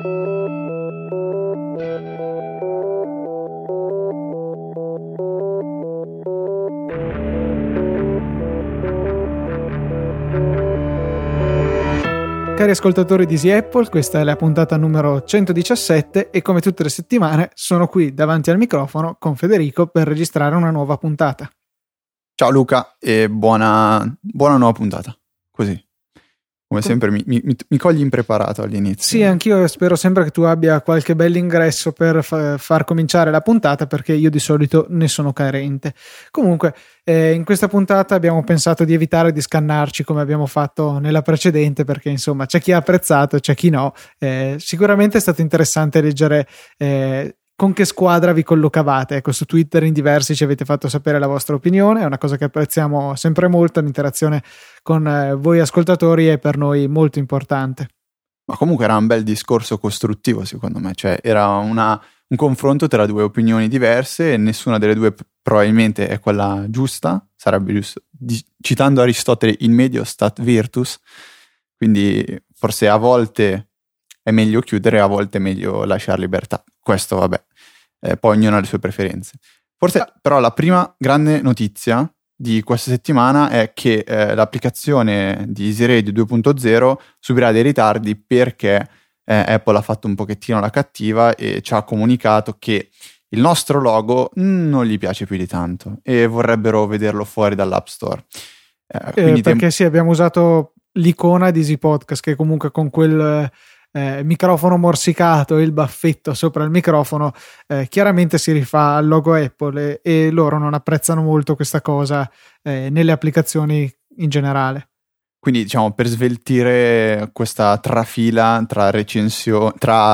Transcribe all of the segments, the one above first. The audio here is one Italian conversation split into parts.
Cari ascoltatori di Easy Apple, questa è la puntata numero 117 e come tutte le settimane sono qui davanti al microfono con Federico per registrare una nuova puntata. Ciao Luca e buona nuova puntata. Così, come sempre mi cogli impreparato all'inizio. Sì, anch'io spero sempre che tu abbia qualche bell'ingresso per far cominciare la puntata, perché io di solito ne sono carente. Comunque, in questa puntata abbiamo pensato di evitare di scannarci come abbiamo fatto nella precedente, perché insomma c'è chi ha apprezzato, c'è chi no. Sicuramente è stato interessante leggere con che squadra vi collocavate. Ecco, su Twitter in diversi ci avete fatto sapere la vostra opinione, è una cosa che apprezziamo sempre molto. L'interazione con voi ascoltatori è per noi molto importante. Ma comunque era un bel discorso costruttivo, secondo me, cioè era un confronto tra due opinioni diverse e nessuna delle due probabilmente è quella giusta, sarebbe giusto, citando Aristotele, in medio stat virtus, quindi forse a volte è meglio chiudere, a volte è meglio lasciare libertà. Questo vabbè, poi ognuno ha le sue preferenze. Forse però la prima grande notizia di questa settimana è che l'applicazione di Easy Radio 2.0 subirà dei ritardi perché Apple ha fatto un pochettino la cattiva e ci ha comunicato che il nostro logo non gli piace più di tanto e vorrebbero vederlo fuori dall'App Store. Perché sì, abbiamo usato l'icona di Easy Podcast, che comunque con quel microfono morsicato e il baffetto sopra il microfono chiaramente si rifà al logo Apple e loro non apprezzano molto questa cosa nelle applicazioni in generale. Quindi diciamo, per sveltire questa trafila tra recensione,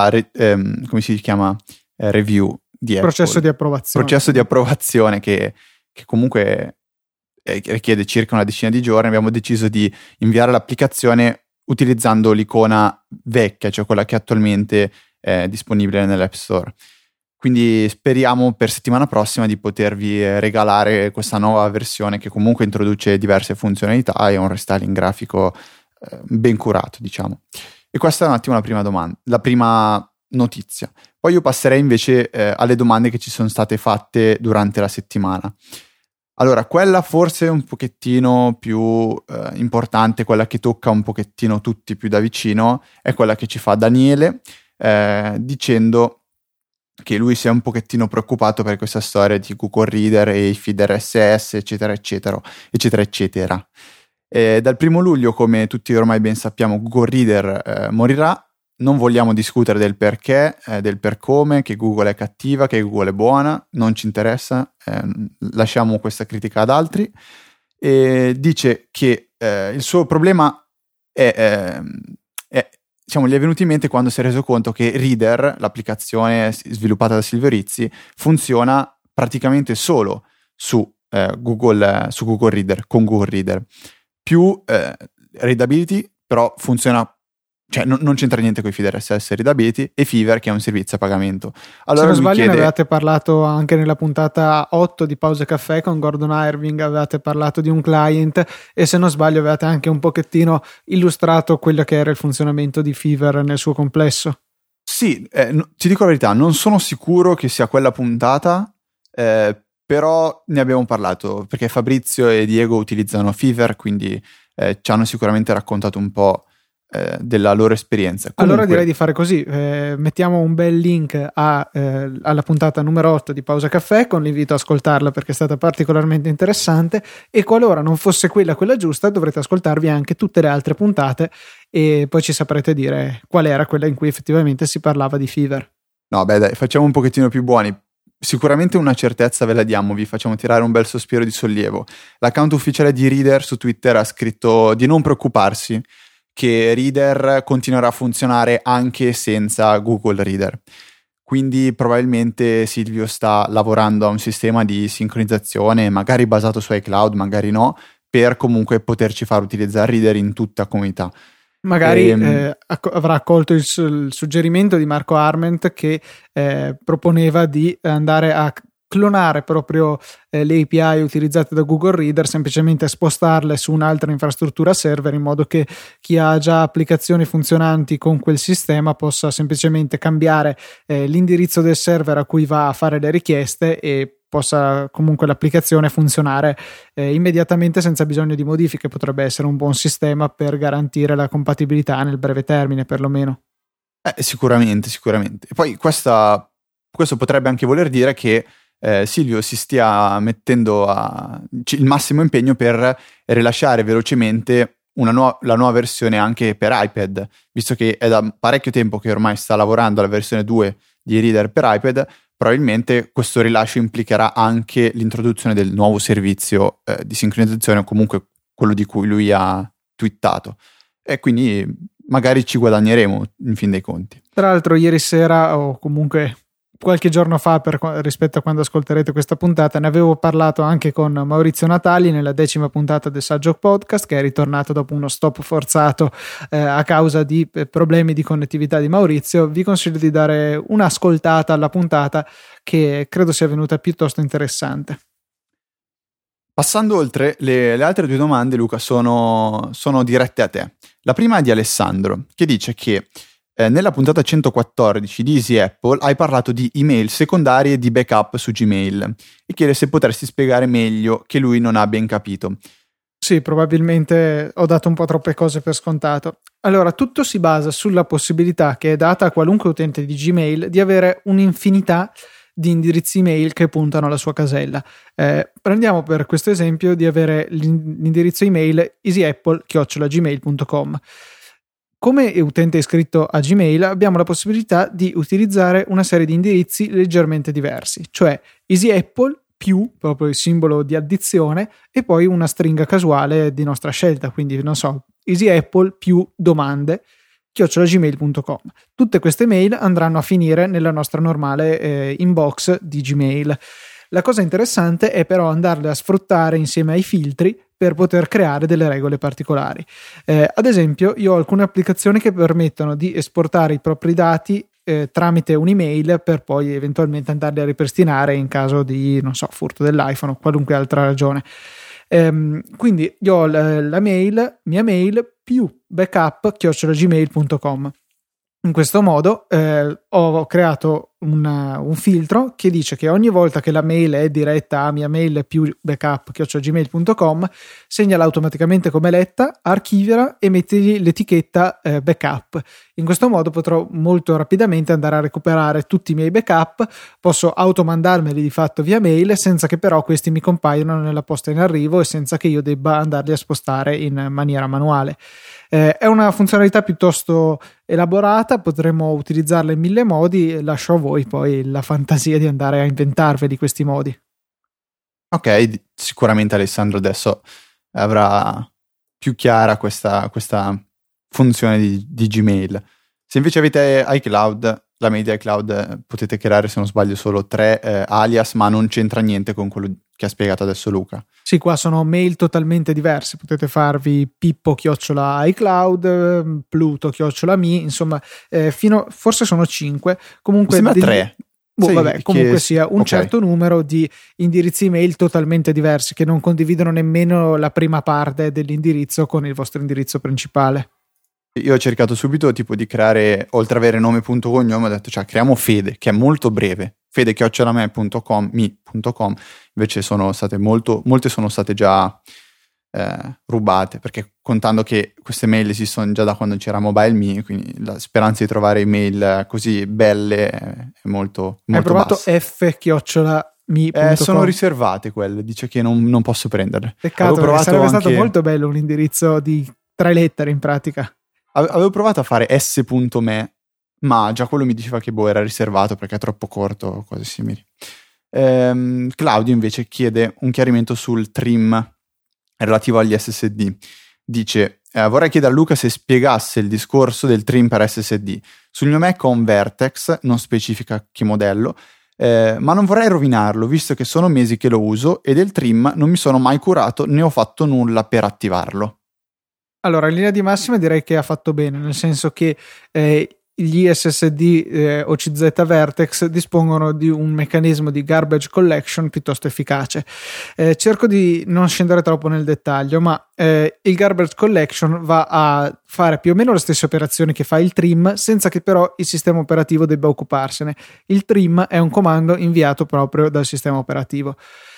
come si chiama? Review di Apple. Processo di approvazione che comunque richiede circa una decina di giorni. Abbiamo deciso di inviare l'applicazione utilizzando l'icona vecchia, cioè quella che attualmente è disponibile nell'App Store. Quindi speriamo per settimana prossima di potervi regalare questa nuova versione che comunque introduce diverse funzionalità e un restyling grafico ben curato, diciamo. E questa è un attimo la prima notizia. Poi io passerei invece alle domande che ci sono state fatte durante la settimana. Allora, quella forse un pochettino più importante, quella che tocca un pochettino tutti più da vicino, è quella che ci fa Daniele, dicendo che lui si è un pochettino preoccupato per questa storia di Google Reader e i feed RSS, eccetera, eccetera, eccetera, eccetera. Dal 1 luglio, come tutti ormai ben sappiamo, Google Reader morirà. Non vogliamo discutere del perché, del per come, che Google è cattiva, che Google è buona, non ci interessa, lasciamo questa critica ad altri. E dice che il suo problema diciamo, gli è venuto in mente quando si è reso conto che Reader, l'applicazione sviluppata da Silvio Rizzi, funziona praticamente solo su Google Reader, con Google Reader. Più Readability, però funziona. Cioè non c'entra niente con i feed RSS Readability e Fever, che è un servizio a pagamento. Allora, se non sbaglio ne avevate parlato anche nella puntata 8 di Pause Caffè con Gordon Irving, avevate parlato di un client e se non sbaglio avevate anche un pochettino illustrato quello che era il funzionamento di Fever nel suo complesso. Sì, ti dico la verità, non sono sicuro che sia quella puntata, però ne abbiamo parlato perché Fabrizio e Diego utilizzano Fever, quindi ci hanno sicuramente raccontato un po' della loro esperienza. Comunque, allora direi di fare così, mettiamo un bel link alla puntata numero 8 di Pausa Caffè con l'invito a ascoltarla perché è stata particolarmente interessante e qualora non fosse quella giusta dovrete ascoltarvi anche tutte le altre puntate e poi ci saprete dire qual era quella in cui effettivamente si parlava di Fever. No, beh dai, facciamo un pochettino più buoni. Sicuramente una certezza ve la diamo, vi facciamo tirare un bel sospiro di sollievo. L'account ufficiale di Reader su Twitter ha scritto di non preoccuparsi, che Reader continuerà a funzionare anche senza Google Reader. Quindi probabilmente Silvio sta lavorando a un sistema di sincronizzazione, magari basato su iCloud, magari no, per comunque poterci far utilizzare Reader in tutta comunità. Magari avrà accolto il suggerimento di Marco Arment che proponeva di andare a clonare proprio le API utilizzate da Google Reader, semplicemente spostarle su un'altra infrastruttura server, in modo che chi ha già applicazioni funzionanti con quel sistema possa semplicemente cambiare l'indirizzo del server a cui va a fare le richieste e possa comunque l'applicazione funzionare immediatamente senza bisogno di modifiche. Potrebbe essere un buon sistema per garantire la compatibilità nel breve termine, perlomeno. Sicuramente. E poi questo potrebbe anche voler dire che Silvio si stia mettendo il massimo impegno per rilasciare velocemente la nuova versione anche per iPad, visto che è da parecchio tempo che ormai sta lavorando alla versione 2 di Reader per iPad. Probabilmente questo rilascio implicherà anche l'introduzione del nuovo servizio di sincronizzazione, o comunque quello di cui lui ha twittato, e quindi magari ci guadagneremo in fin dei conti. Tra l'altro ieri sera, o comunque qualche giorno fa rispetto a quando ascolterete questa puntata, ne avevo parlato anche con Maurizio Natali nella 10ª puntata del Saggio Podcast, che è ritornato dopo uno stop forzato a causa di problemi di connettività di Maurizio. Vi consiglio di dare un'ascoltata alla puntata, che credo sia venuta piuttosto interessante. Passando oltre, le altre due domande, Luca, sono dirette a te. La prima è di Alessandro, che dice che nella puntata 114 di Easy Apple hai parlato di email secondarie di backup su Gmail e chiede se potresti spiegare meglio, che lui non ha ben capito. Sì, probabilmente ho dato un po' troppe cose per scontato. Allora, tutto si basa sulla possibilità che è data a qualunque utente di Gmail di avere un'infinità di indirizzi email che puntano alla sua casella. Prendiamo per questo esempio di avere l'indirizzo email easyapple@gmail.com. Come utente iscritto a Gmail abbiamo la possibilità di utilizzare una serie di indirizzi leggermente diversi, cioè easyapple più proprio il simbolo di addizione e poi una stringa casuale di nostra scelta, quindi non so, easyapple più domande @gmail.com. Tutte queste mail andranno a finire nella nostra normale inbox di Gmail. La cosa interessante è però andarle a sfruttare insieme ai filtri per poter creare delle regole particolari. Ad esempio, io ho alcune applicazioni che permettono di esportare i propri dati tramite un'email per poi eventualmente andarli a ripristinare in caso di, non so, furto dell'iPhone o qualunque altra ragione. Quindi io ho la mia mail più backup@gmail.com. In questo modo ho creato un filtro che dice che ogni volta che la mail è diretta a mia mail più backup@gmail.com segnala automaticamente come letta, archiviala e mettigli l'etichetta backup. In questo modo potrò molto rapidamente andare a recuperare tutti i miei backup, posso automandarmeli di fatto via mail senza che però questi mi compaiano nella posta in arrivo e senza che io debba andarli a spostare in maniera manuale. È una funzionalità piuttosto elaborata, potremmo utilizzarla in 1000 modi, lascio a voi poi la fantasia di andare a inventarveli questi modi. Ok, sicuramente Alessandro adesso avrà più chiara questa funzione di Gmail. Se invece avete iCloud, la mail di iCloud potete creare, se non sbaglio, solo 3 alias, ma non c'entra niente con quello che ha spiegato adesso Luca. Sì, qua sono mail totalmente diverse, potete farvi pippo@iCloud, pluto@me, insomma, forse sono 5, comunque mi sembra 3. Comunque sia un certo numero di indirizzi email totalmente diversi che non condividono nemmeno la prima parte dell'indirizzo con il vostro indirizzo principale. Io ho cercato subito tipo di creare, oltre ad avere nome punto cognome, ho detto creiamo Fede, che è molto breve, fede@me.com, invece sono state molte sono state già rubate, perché contando che queste mail esistono già da quando c'era MobileMe, quindi la speranza di trovare email così belle è molto Hai provato bassa. f@me.com? Sono riservate quelle, dice che non posso prenderle. Peccato, perché sarebbe stato molto bello un indirizzo di 3 lettere in pratica. Avevo provato a fare s.me, ma già quello mi diceva che era riservato perché è troppo corto o cose simili. Claudio invece chiede un chiarimento sul trim relativo agli SSD. Dice: vorrei chiedere a Luca se spiegasse il discorso del trim per SSD. Sul mio Mac ho un Vertex, non specifica che modello, ma non vorrei rovinarlo visto che sono mesi che lo uso e del trim non mi sono mai curato né ho fatto nulla per attivarlo. Allora, in linea di massima direi che ha fatto bene, nel senso che gli SSD OCZ Vertex dispongono di un meccanismo di garbage collection piuttosto efficace. Cerco di non scendere troppo nel dettaglio, ma il garbage collection va a fare più o meno le stesse operazioni che fa il trim, senza che però il sistema operativo debba occuparsene. Il trim è un comando inviato proprio dal sistema operativo.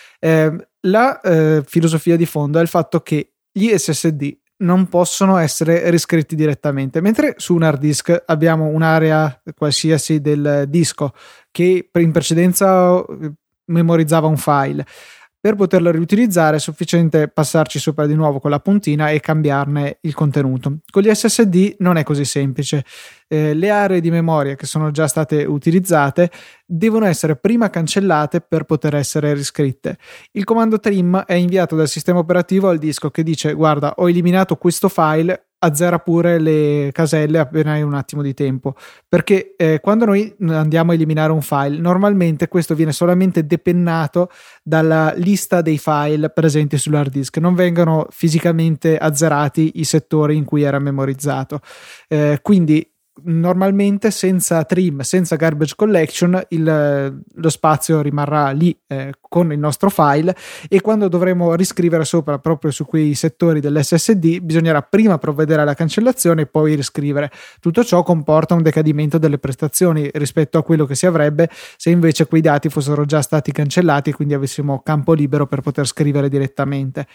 La filosofia di fondo è il fatto che gli SSD non possono essere riscritti direttamente, mentre su un hard disk abbiamo un'area qualsiasi del disco che in precedenza memorizzava un file. Per poterlo riutilizzare è sufficiente passarci sopra di nuovo con la puntina e cambiarne il contenuto. Con gli SSD non è così semplice. Le aree di memoria che sono già state utilizzate devono essere prima cancellate per poter essere riscritte. Il comando trim è inviato dal sistema operativo al disco che dice: guarda, ho eliminato questo file, azzera pure le caselle appena hai un attimo di tempo, perché quando noi andiamo a eliminare un file, normalmente questo viene solamente depennato dalla lista dei file presenti sull'hard disk, non vengono fisicamente azzerati i settori in cui era memorizzato. Quindi normalmente senza trim, senza garbage collection, lo spazio rimarrà lì con il nostro file, e quando dovremo riscrivere sopra proprio su quei settori dell'SSD bisognerà prima provvedere alla cancellazione e poi riscrivere. Tutto ciò comporta un decadimento delle prestazioni rispetto a quello che si avrebbe se invece quei dati fossero già stati cancellati e quindi avessimo campo libero per poter scrivere direttamente.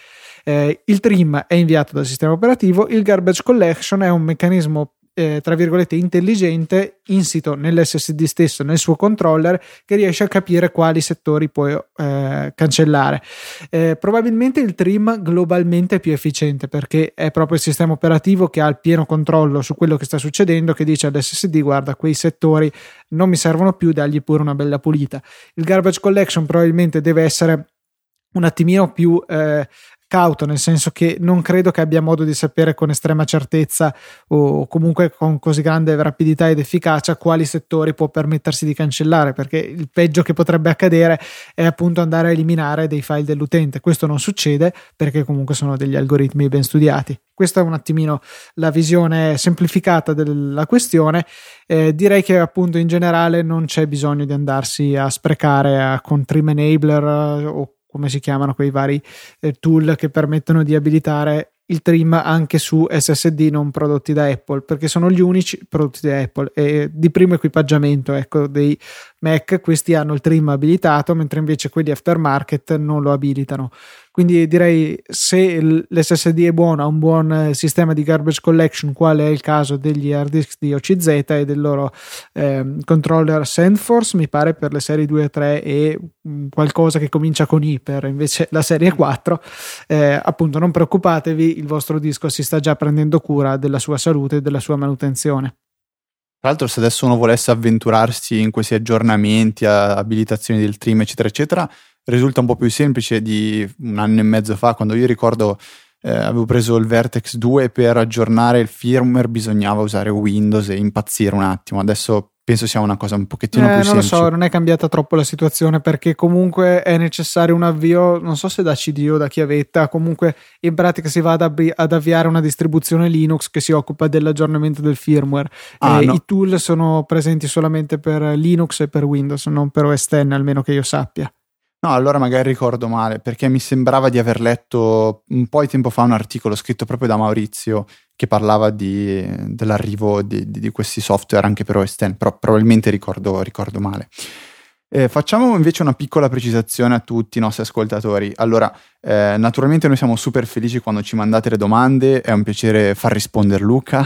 Il trim è inviato dal sistema operativo, il garbage collection è un meccanismo tra virgolette intelligente insito nell'SSD stesso, nel suo controller, che riesce a capire quali settori puoi cancellare. Probabilmente il trim globalmente è più efficiente, perché è proprio il sistema operativo che ha il pieno controllo su quello che sta succedendo, che dice all'SSD: guarda, quei settori non mi servono più, dagli pure una bella pulita. Il garbage collection probabilmente deve essere un attimino più cauto, nel senso che non credo che abbia modo di sapere con estrema certezza o comunque con così grande rapidità ed efficacia quali settori può permettersi di cancellare, perché il peggio che potrebbe accadere è appunto andare a eliminare dei file dell'utente. Questo non succede perché comunque sono degli algoritmi ben studiati. Questa è un attimino la visione semplificata della questione. Direi che appunto in generale non c'è bisogno di andarsi a sprecare con trim enabler o come si chiamano quei vari tool che permettono di abilitare il trim anche su SSD non prodotti da Apple, perché sono gli unici prodotti da Apple e di primo equipaggiamento, ecco, dei Mac. Questi hanno il trim abilitato, mentre invece quelli aftermarket non lo abilitano. Quindi direi, se l'SSD è buono, ha un buon sistema di garbage collection, quale è il caso degli hard disk di OCZ e del loro controller SandForce, mi pare per le serie 2 e 3, e qualcosa che comincia con I per invece la serie 4, appunto non preoccupatevi, il vostro disco si sta già prendendo cura della sua salute e della sua manutenzione. Tra l'altro, se adesso uno volesse avventurarsi in questi aggiornamenti, abilitazioni del trim eccetera eccetera, risulta un po' più semplice di un anno e mezzo fa, quando io ricordo avevo preso il Vertex 2, per aggiornare il firmware bisognava usare Windows e impazzire un attimo. Adesso penso sia una cosa un pochettino più semplice. Non lo so, non è cambiata troppo la situazione, perché comunque è necessario un avvio, non so se da CD o da chiavetta, comunque in pratica si va ad avviare una distribuzione Linux che si occupa dell'aggiornamento del firmware. No. I tool sono presenti solamente per Linux e per Windows, non per OS X, almeno che io sappia. No, allora magari ricordo male, perché mi sembrava di aver letto un po' di tempo fa un articolo scritto proprio da Maurizio che parlava dell'arrivo di questi software anche per OS X, però probabilmente ricordo male. Facciamo invece una piccola precisazione a tutti i nostri ascoltatori. Allora, naturalmente noi siamo super felici quando ci mandate le domande, è un piacere far rispondere Luca,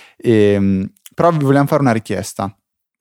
però vi vogliamo fare una richiesta.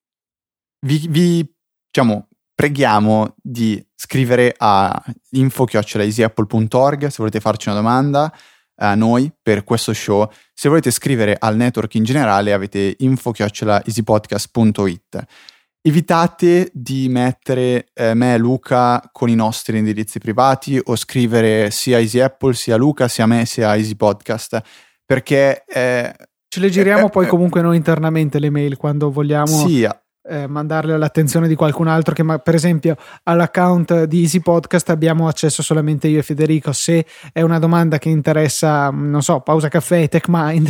Diciamo, preghiamo di scrivere a info@easyapple.org se volete farci una domanda a noi per questo show. Se volete scrivere al network in generale avete info@easypodcast.it. Evitate di mettere me e Luca con i nostri indirizzi privati, o scrivere sia Easy Apple, sia Luca, sia me, sia Easy Podcast, perché ce le giriamo poi comunque noi internamente le mail quando vogliamo. Sì, mandarle all'attenzione di qualcun altro, che per esempio all'account di Easy Podcast abbiamo accesso solamente io e Federico. Se è una domanda che interessa, non so, Pausa Caffè e TechMind,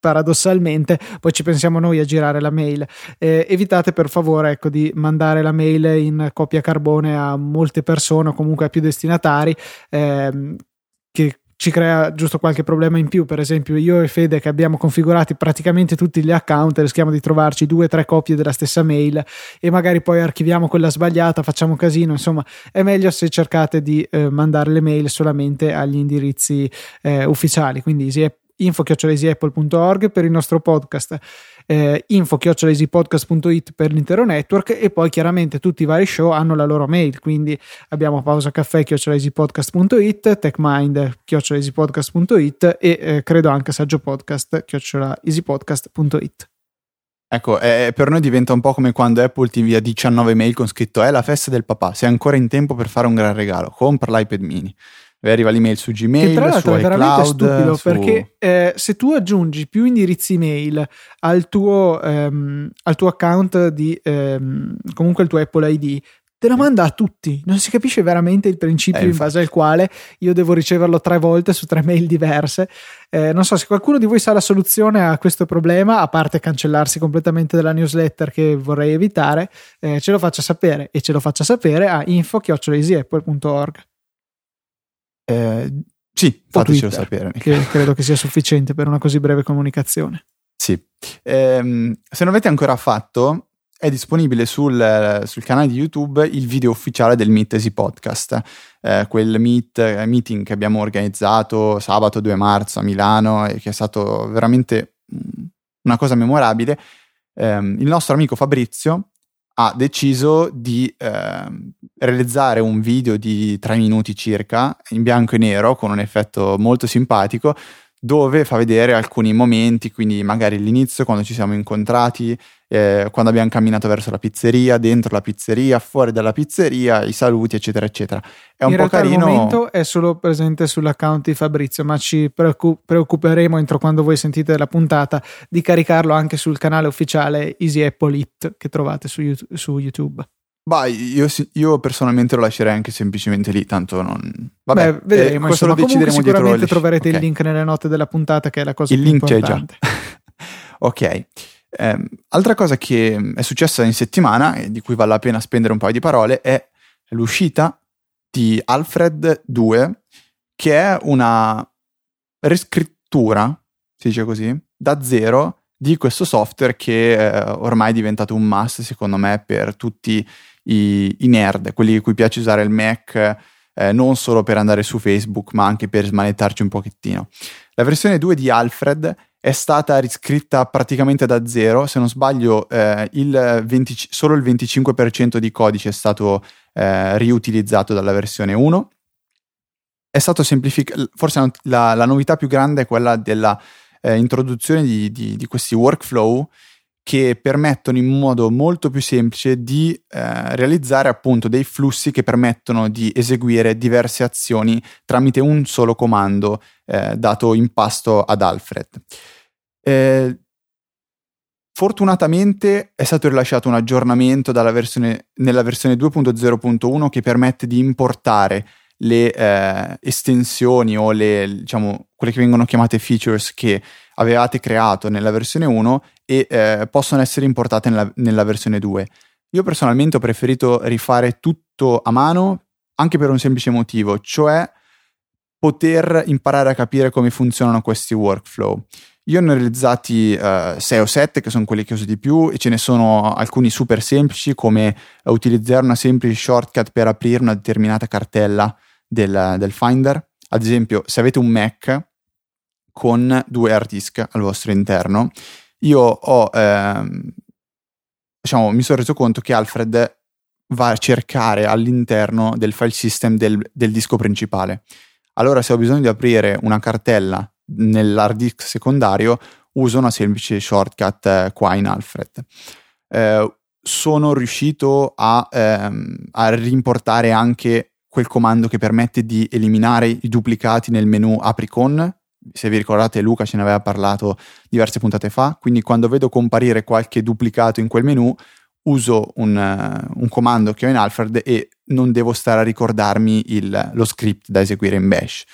paradossalmente, poi ci pensiamo noi a girare la mail. Evitate per favore, ecco, di mandare la mail in copia carbone a molte persone o comunque a più destinatari, che ci crea giusto qualche problema in più. Per esempio io e Fede, che abbiamo configurati praticamente tutti gli account, rischiamo di trovarci 2 o 3 copie della stessa mail e magari poi archiviamo quella sbagliata, facciamo casino. Insomma, è meglio se cercate di mandare le mail solamente agli indirizzi ufficiali, quindi info@easyapple.org per il nostro podcast, info@easypodcast.it per l'intero network, e poi chiaramente tutti i vari show hanno la loro mail, quindi abbiamo pausacaffè@easypodcast.it, techmind@easypodcast.it e credo anche saggiopodcast@easypodcast.it. Ecco, per noi diventa un po' come quando Apple ti invia 19 mail con scritto è la festa del papà, sei ancora in tempo per fare un gran regalo, compra l'iPad mini. E arriva l'email su Gmail, che tra l'altro su è veramente iCloud, stupido, perché se tu aggiungi più indirizzi mail al tuo account di comunque il tuo Apple ID, te lo manda a tutti. Non si capisce veramente il principio in base al quale io devo riceverlo 3 volte su 3 mail diverse. Non so se qualcuno di voi sa la soluzione a questo problema, a parte cancellarsi completamente dalla newsletter, che vorrei evitare, ce lo faccia sapere, e ce lo faccia sapere a info@easyapple.org. Sì, fatecelo sapere, che credo che sia sufficiente per una così breve comunicazione. Sì, se non avete ancora fatto, è disponibile sul canale di YouTube il video ufficiale del Meet Easy Podcast, quel meeting che abbiamo organizzato sabato 2 marzo a Milano e che è stato veramente una cosa memorabile. Il nostro amico Fabrizio ha deciso di realizzare un video di 3 minuti circa, in bianco e nero, con un effetto molto simpatico, dove fa vedere alcuni momenti, quindi magari l'inizio, quando ci siamo incontrati, quando abbiamo camminato verso la pizzeria, dentro la pizzeria, fuori dalla pizzeria, i saluti, eccetera, eccetera. È un po' carino. Il momento è solo presente sull'account di Fabrizio, ma ci preoccuperemo entro quando voi sentite la puntata di caricarlo anche sul canale ufficiale Easy Apple It che trovate su YouTube. Bah, io personalmente lo lascerei anche semplicemente lì, tanto non... Vabbè, vedremo, questo lo decideremo dietro. Sicuramente troverete il link nelle note della puntata, che è la cosa più importante. Il link c'è già. Ok. Altra cosa che è successa in settimana e di cui vale la pena spendere un paio di parole è l'uscita di Alfred 2, che è una riscrittura, si dice così, da zero di questo software che ormai è diventato un must, secondo me, per tutti i nerd, quelli a cui piace usare il Mac, non solo per andare su Facebook, ma anche per smanettarci un pochettino. La versione 2 di Alfred è stata riscritta praticamente da zero. Se non sbaglio, solo il 25% di codice è stato riutilizzato dalla versione 1. È stato semplificato. Forse la novità più grande è quella della introduzione di questi workflow che permettono in modo molto più semplice di realizzare appunto dei flussi che permettono di eseguire diverse azioni tramite un solo comando dato in pasto ad Alfred. Fortunatamente è stato rilasciato un aggiornamento nella versione 2.0.1 che permette di importare le estensioni o diciamo quelle che vengono chiamate features che avevate creato nella versione 1 e possono essere importate nella versione 2. Io personalmente ho preferito rifare tutto a mano, anche per un semplice motivo, cioè poter imparare a capire come funzionano questi workflow. Io ne ho realizzati 6 o 7, che sono quelli che uso di più, e ce ne sono alcuni super semplici, come utilizzare una semplice shortcut per aprire una determinata cartella del Finder. Ad esempio, se avete un Mac con 2 hard disk al vostro interno, io mi sono reso conto che Alfred va a cercare all'interno del file system del disco principale. Allora, se ho bisogno di aprire una cartella nell'hard disk secondario, uso una semplice shortcut qua in Alfred. Sono riuscito a rimportare anche quel comando che permette di eliminare i duplicati nel menu apri con. Se vi ricordate, Luca ce ne aveva parlato diverse puntate fa, quindi quando vedo comparire qualche duplicato in quel menu uso un comando che ho in Alfred e non devo stare a ricordarmi lo script da eseguire in bash.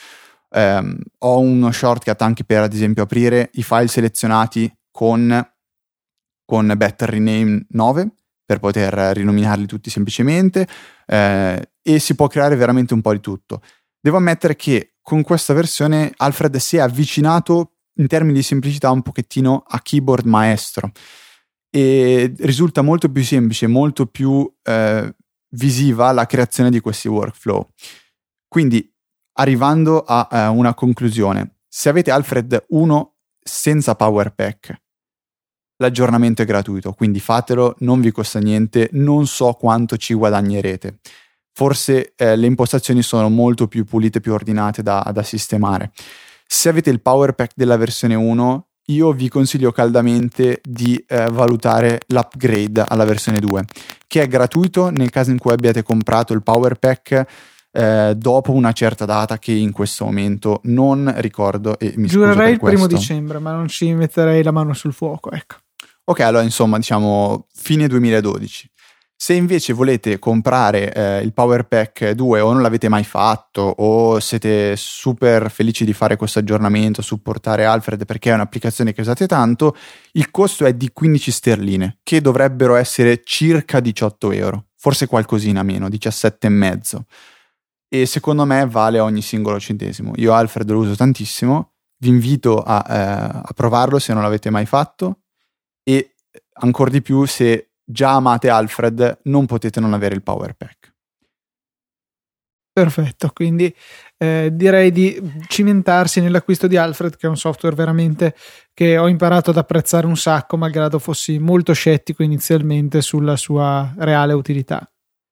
Ho uno shortcut anche per, ad esempio, aprire i file selezionati con Better Rename 9 per poter rinominarli tutti semplicemente, e si può creare veramente un po' di tutto. Devo ammettere che con questa versione Alfred si è avvicinato in termini di semplicità un pochettino a Keyboard Maestro e risulta molto più semplice, molto più visiva la creazione di questi workflow. Quindi, arrivando a una conclusione, se avete Alfred 1 senza PowerPack, l'aggiornamento è gratuito, quindi fatelo, non vi costa niente, non so quanto ci guadagnerete. Forse le impostazioni sono molto più pulite, più ordinate da sistemare. Se avete il PowerPack della versione 1, io vi consiglio caldamente di valutare l'upgrade alla versione 2, che è gratuito nel caso in cui abbiate comprato il PowerPack dopo una certa data che in questo momento non ricordo e mi scuso per Giurerei il questo. 1 dicembre, ma non ci metterei la mano sul fuoco, ecco. Ok, allora insomma diciamo fine 2012. Se invece volete comprare il PowerPack 2 o non l'avete mai fatto o siete super felici di fare questo aggiornamento, supportare Alfred perché è un'applicazione che usate tanto, il costo è di 15 sterline, che dovrebbero essere circa 18 euro, forse qualcosina meno, 17,5. E secondo me vale ogni singolo centesimo. Io Alfred lo uso tantissimo, vi invito a provarlo se non l'avete mai fatto, e ancora di più se già amate Alfred non potete non avere il PowerPack. Perfetto, quindi direi di cimentarsi nell'acquisto di Alfred, che è un software veramente che ho imparato ad apprezzare un sacco, malgrado fossi molto scettico inizialmente sulla sua reale utilità.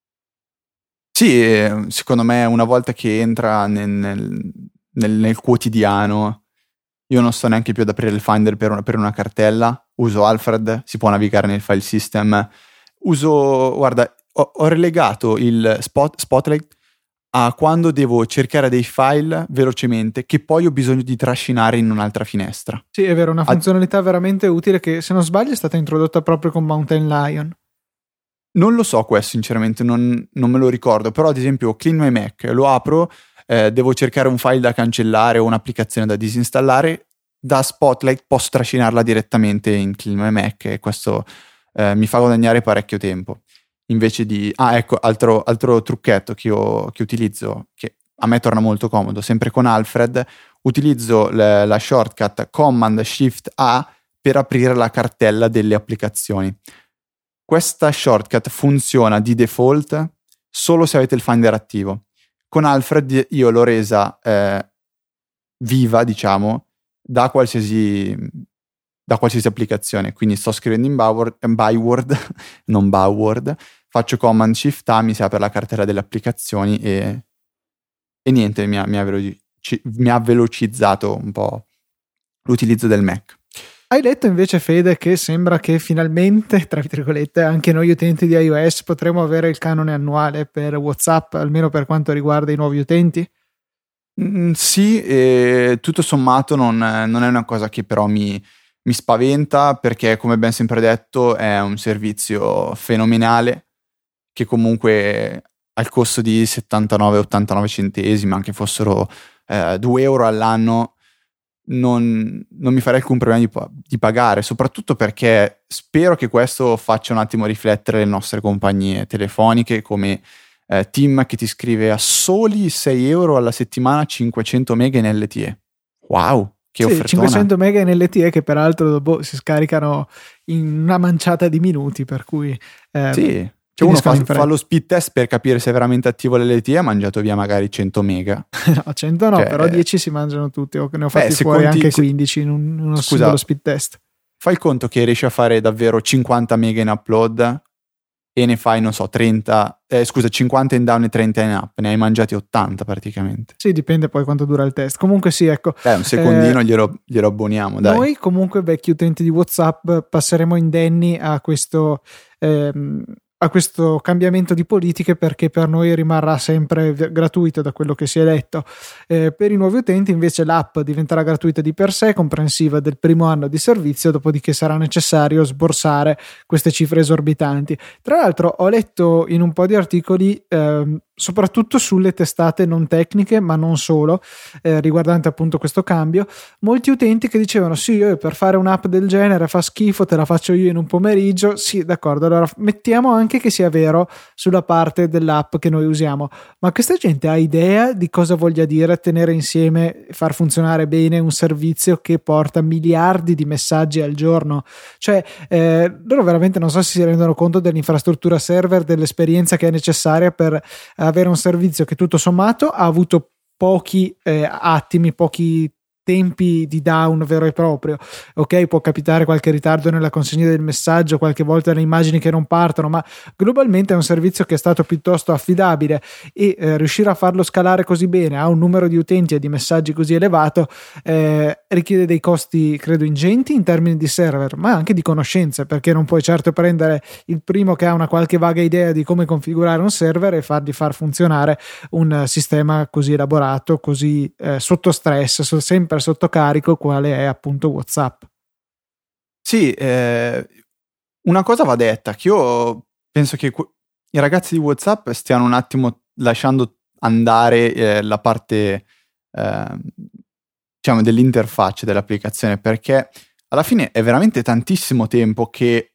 Sì, secondo me una volta che entra nel quotidiano, io non sto neanche più ad aprire il Finder per una cartella, uso Alfred, si può navigare nel file system, guarda, ho relegato il Spotlight a quando devo cercare dei file velocemente che poi ho bisogno di trascinare in un'altra finestra. Sì, è vero, una funzionalità veramente utile che, se non sbaglio, è stata introdotta proprio con Mountain Lion. Non lo so questo, sinceramente, non me lo ricordo, però ad esempio Clean My Mac, lo apro, devo cercare un file da cancellare o un'applicazione da disinstallare, da Spotlight posso trascinarla direttamente in Clean My Mac e questo mi fa guadagnare parecchio tempo. Invece di... ecco, altro trucchetto che utilizzo, che a me torna molto comodo, sempre con Alfred, utilizzo la shortcut Command-Shift-A per aprire la cartella delle applicazioni. Questa shortcut funziona di default solo se avete il Finder attivo. Con Alfred io l'ho resa viva, diciamo, da qualsiasi applicazione. Quindi sto scrivendo in Byword, non Byword, faccio Command Shift A, mi si apre la cartella delle applicazioni e niente, mi ha velocizzato un po' l'utilizzo del Mac. Hai detto invece, Fede, che sembra che finalmente, tra virgolette, anche noi utenti di iOS potremo avere il canone annuale per WhatsApp, almeno per quanto riguarda i nuovi utenti? Sì, tutto sommato non è una cosa che però mi spaventa, perché come ben sempre detto è un servizio fenomenale che comunque al costo di 79-89 centesimi, anche fossero 2 euro all'anno, non mi farei alcun problema di pagare, soprattutto perché spero che questo faccia un attimo riflettere le nostre compagnie telefoniche come Tim, che ti scrive a soli 6 euro alla settimana 500 mega in LTE. Wow, che offertona! 500 mega in LTE che peraltro dopo si scaricano in una manciata di minuti, per cui sì. Cioè uno fa lo speed test per capire se è veramente attivo l'LTE, ha mangiato via magari 100 mega. No, 100 no, cioè, però 10 si mangiano tutti, ne ho fatti fuori anche 15 in uno singolo speed test. Fai il conto che riesci a fare davvero 50 mega in upload e ne fai, non so, 50 in down e 30 in up, ne hai mangiati 80 praticamente. Sì, dipende poi quanto dura il test. Comunque sì, ecco. Un secondino glielo abboniamo, dai. Noi comunque, vecchi utenti di WhatsApp, passeremo indenni a questo a questo cambiamento di politiche, perché per noi rimarrà sempre gratuito da quello che si è detto. Per i nuovi utenti invece l'app diventerà gratuita di per sé, comprensiva del primo anno di servizio, dopodiché sarà necessario sborsare queste cifre esorbitanti. Tra l'altro ho letto in un po' di articoli soprattutto sulle testate non tecniche, ma non solo, riguardante appunto questo cambio, molti utenti che dicevano sì, io per fare un'app del genere fa schifo, te la faccio io in un pomeriggio. Sì, d'accordo, allora mettiamo anche che sia vero sulla parte dell'app che noi usiamo, ma questa gente ha idea di cosa voglia dire tenere insieme e far funzionare bene un servizio che porta miliardi di messaggi al giorno? Cioè loro veramente non so se si rendono conto dell'infrastruttura server, dell'esperienza che è necessaria per avere un servizio che tutto sommato ha avuto pochi attimi, pochi tempi di down vero e proprio. Ok, può capitare qualche ritardo nella consegna del messaggio, qualche volta le immagini che non partono, ma globalmente è un servizio che è stato piuttosto affidabile, e riuscire a farlo scalare così bene a un numero di utenti e di messaggi così elevato richiede dei costi credo ingenti in termini di server, ma anche di conoscenze, perché non puoi certo prendere il primo che ha una qualche vaga idea di come configurare un server e fargli far funzionare un sistema così elaborato, così sotto stress, sempre sotto carico, quale è appunto WhatsApp. Sì, una cosa va detta, che io penso che i ragazzi di WhatsApp stiano un attimo lasciando andare la parte diciamo dell'interfaccia dell'applicazione, perché alla fine è veramente tantissimo tempo che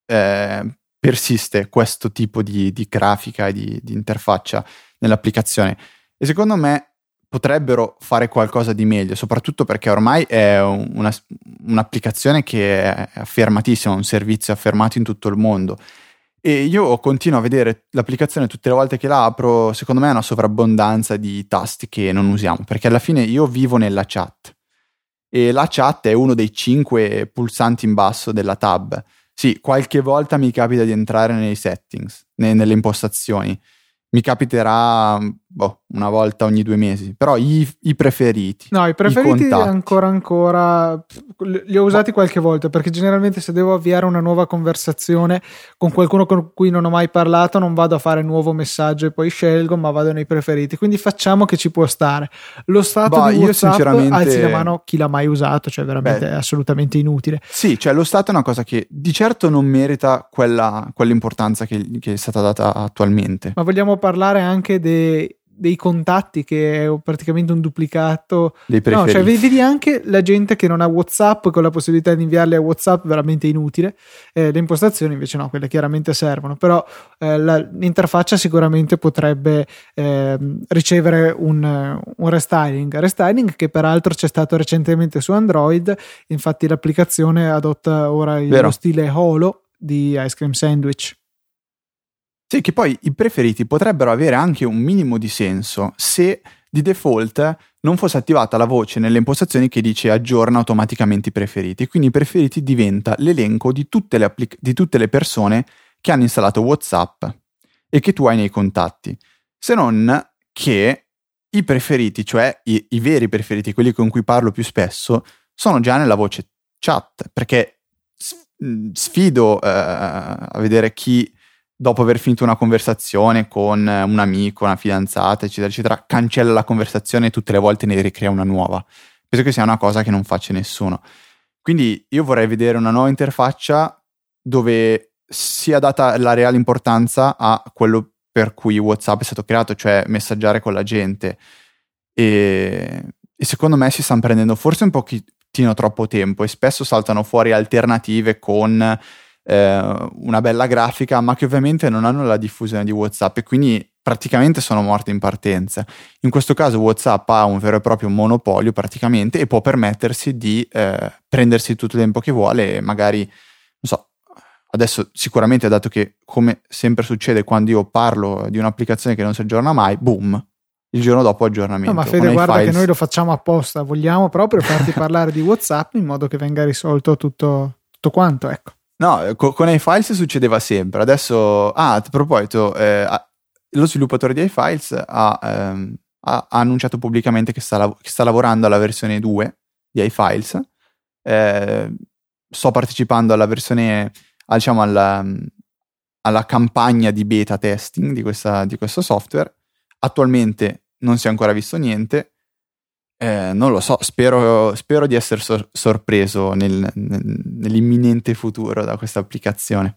persiste questo tipo di grafica e di interfaccia nell'applicazione, e secondo me potrebbero fare qualcosa di meglio, soprattutto perché ormai è un'applicazione che è affermatissima, un servizio affermato in tutto il mondo, e io continuo a vedere l'applicazione tutte le volte che la apro. Secondo me è una sovrabbondanza di tasti che non usiamo, perché alla fine io vivo nella chat e la chat è uno dei 5 pulsanti in basso della tab. Sì, qualche volta mi capita di entrare nei settings, nelle impostazioni. Mi capiterà una volta ogni 2 mesi, però i preferiti. No, i preferiti ancora li ho usati qualche volta, perché generalmente se devo avviare una nuova conversazione con qualcuno con cui non ho mai parlato, non vado a fare nuovo messaggio e poi scelgo, ma vado nei preferiti. Quindi facciamo che ci può stare. Lo stato di WhatsApp, sinceramente, alzi la mano chi l'ha mai usato, cioè veramente è assolutamente inutile. Sì, cioè lo stato è una cosa che di certo non merita quell'importanza che è stata data attualmente. Ma vogliamo parlare anche dei contatti, che è praticamente un duplicato dei preferiti. No, cioè vedi anche la gente che non ha WhatsApp, con la possibilità di inviarli a WhatsApp, veramente inutile. Le impostazioni invece no, quelle chiaramente servono, però l'interfaccia sicuramente potrebbe ricevere un restyling che peraltro c'è stato recentemente su Android. Infatti l'applicazione adotta ora lo stile Holo di Ice Cream Sandwich. Sì, che poi i preferiti potrebbero avere anche un minimo di senso se di default non fosse attivata la voce nelle impostazioni che dice aggiorna automaticamente i preferiti. Quindi i preferiti diventa l'elenco di tutte le persone che hanno installato WhatsApp e che tu hai nei contatti. Se non che i preferiti, cioè i veri preferiti, quelli con cui parlo più spesso, sono già nella voce chat, perché sfido a vedere chi, dopo aver finito una conversazione con un amico, una fidanzata, eccetera, eccetera, cancella la conversazione e tutte le volte ne ricrea una nuova. Penso che sia una cosa che non faccia nessuno. Quindi io vorrei vedere una nuova interfaccia dove sia data la reale importanza a quello per cui WhatsApp è stato creato, cioè messaggiare con la gente. E secondo me si stanno prendendo forse un pochettino troppo tempo, e spesso saltano fuori alternative con una bella grafica, ma che ovviamente non hanno la diffusione di WhatsApp, e quindi praticamente sono morte in partenza. In questo caso WhatsApp ha un vero e proprio monopolio praticamente, e può permettersi di prendersi tutto il tempo che vuole, e magari, non so, adesso sicuramente, dato che come sempre succede quando io parlo di un'applicazione che non si aggiorna mai, boom, il giorno dopo aggiornamento. No, ma Fede, guarda che noi lo facciamo apposta, vogliamo proprio farti parlare di WhatsApp in modo che venga risolto tutto quanto, ecco. No, con iFiles succedeva sempre. Adesso, a proposito, lo sviluppatore di iFiles ha annunciato pubblicamente che sta lavorando alla versione 2 di iFiles. Sto partecipando alla versione, diciamo, alla campagna di beta testing di questo software. Attualmente non si è ancora visto niente. Non lo so, spero di essere sorpreso nell'imminente futuro da questa applicazione.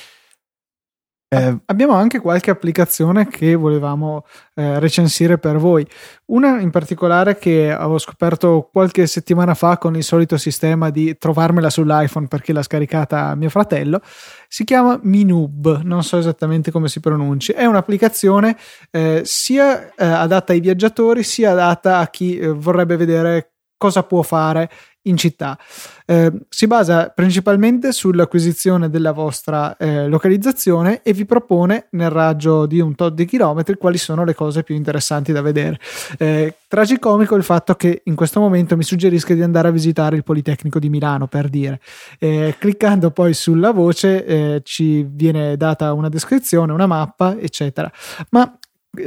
Abbiamo anche qualche applicazione che volevamo recensire per voi. Una in particolare che avevo scoperto qualche settimana fa con il solito sistema di trovarmela sull'iPhone perché l'ha scaricata mio fratello. Si chiama Minoob, non so esattamente come si pronunci. È un'applicazione sia adatta ai viaggiatori sia adatta a chi vorrebbe vedere cosa può fare in città. Si basa principalmente sull'acquisizione della vostra localizzazione e vi propone nel raggio di un tot di chilometri quali sono le cose più interessanti da vedere. Tragicomico il fatto che in questo momento mi suggerisca di andare a visitare il Politecnico di Milano, per dire. Cliccando poi sulla voce ci viene data una descrizione, una mappa, eccetera. Ma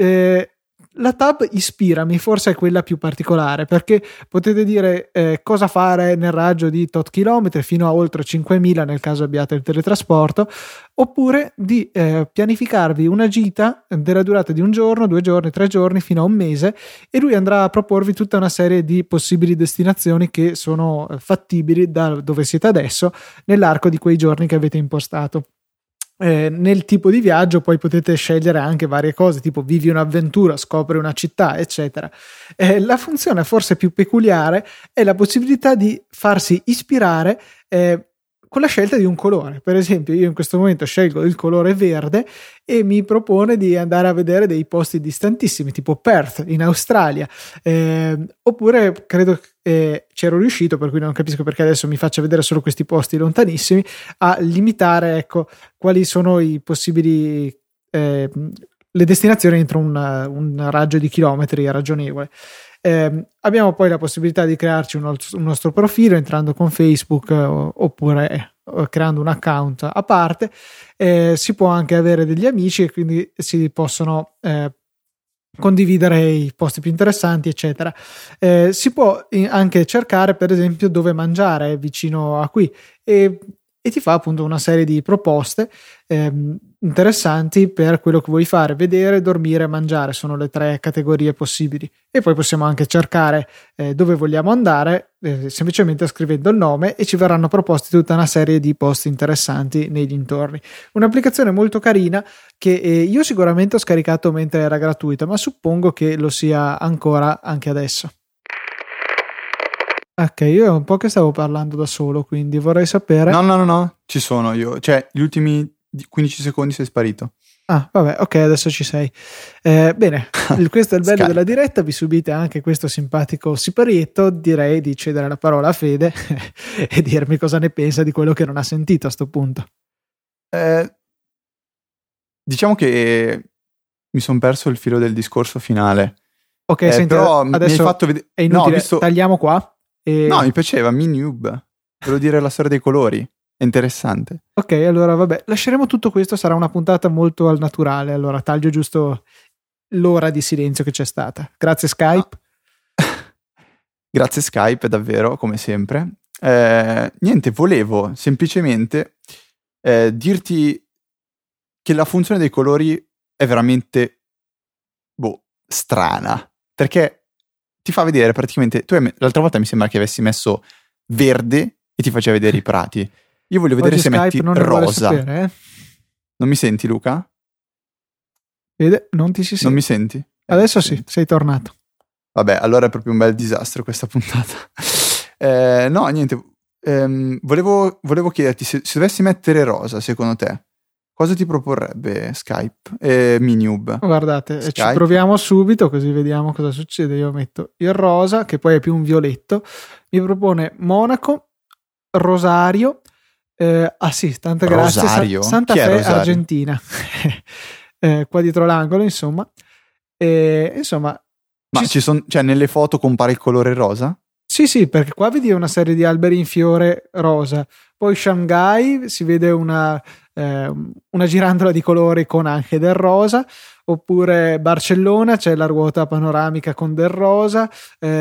la tab Ispirami forse è quella più particolare, perché potete dire cosa fare nel raggio di tot chilometri fino a oltre 5.000 nel caso abbiate il teletrasporto, oppure di pianificarvi una gita della durata di un giorno, 2 giorni, 3 giorni fino a un mese, e lui andrà a proporvi tutta una serie di possibili destinazioni che sono fattibili da dove siete adesso nell'arco di quei giorni che avete impostato. Nel tipo di viaggio poi potete scegliere anche varie cose, tipo vivi un'avventura, scopri una città, eccetera. La funzione forse più peculiare è la possibilità di farsi ispirare con la scelta di un colore. Per esempio, io in questo momento scelgo il colore verde e mi propone di andare a vedere dei posti distantissimi, tipo Perth in Australia, oppure credo c'ero riuscito, per cui non capisco perché adesso mi faccia vedere solo questi posti lontanissimi, a limitare, ecco, quali sono i possibili le destinazioni entro un raggio di chilometri ragionevole. Abbiamo poi la possibilità di crearci un nostro profilo entrando con Facebook oppure creando un account a parte. Si può anche avere degli amici e quindi si possono condividere i posti più interessanti, eccetera. Si può anche cercare per esempio dove mangiare vicino a qui e ti fa appunto una serie di proposte interessanti per quello che vuoi fare: vedere, dormire, mangiare, sono le 3 categorie possibili. E poi possiamo anche cercare dove vogliamo andare semplicemente scrivendo il nome e ci verranno proposti tutta una serie di posti interessanti nei dintorni. Un'applicazione molto carina che io sicuramente ho scaricato mentre era gratuita, ma suppongo che lo sia ancora anche adesso. Ok, io è un po' che stavo parlando da solo, quindi vorrei sapere... No, ci sono io. Cioè, gli ultimi 15 secondi sei sparito. Ah, vabbè, ok, adesso ci sei. Bene, questo è il bello della diretta, vi subite anche questo simpatico siparietto. Direi di cedere la parola a Fede e dirmi cosa ne pensa di quello che non ha sentito a sto punto. Diciamo che mi sono perso il filo del discorso finale. Ok, senti, però adesso mi hai fatto vedere... è inutile, tagliamo qua. No, mi piaceva, Minoob. Volevo dire la storia dei colori. È interessante. Ok, allora vabbè, lasceremo tutto questo, sarà una puntata molto al naturale, allora taglio giusto l'ora di silenzio che c'è stata. Grazie Skype. Grazie Skype, davvero, come sempre. Niente, volevo semplicemente dirti che la funzione dei colori è veramente strana, perché ti fa vedere praticamente... l'altra volta mi sembra che avessi messo verde e ti faceva vedere i prati. Io voglio vedere se metti rosa. Sapere, Non mi senti, Luca? Vede, non ti si sente. Non mi senti? Adesso sì, sei tornato. Vabbè, allora è proprio un bel disastro questa puntata. No, niente. Volevo chiederti se dovessi mettere rosa, secondo te, cosa ti proporrebbe Skype? Minoob. Guardate, Skype. ci proviamo subito così vediamo cosa succede. Io metto il rosa, che poi è più un violetto. Mi propone Monaco, Rosario. Sì, tante grazie. Rosario? Santa Fe, Rosario? Argentina. Qua dietro l'angolo, insomma. Insomma. Ma ci sono, cioè, nelle foto compare il colore rosa? Sì, perché qua vedi una serie di alberi in fiore rosa. Poi Shanghai si vede una girandola di colori con anche del rosa. Oppure Barcellona c'è la ruota panoramica con del rosa.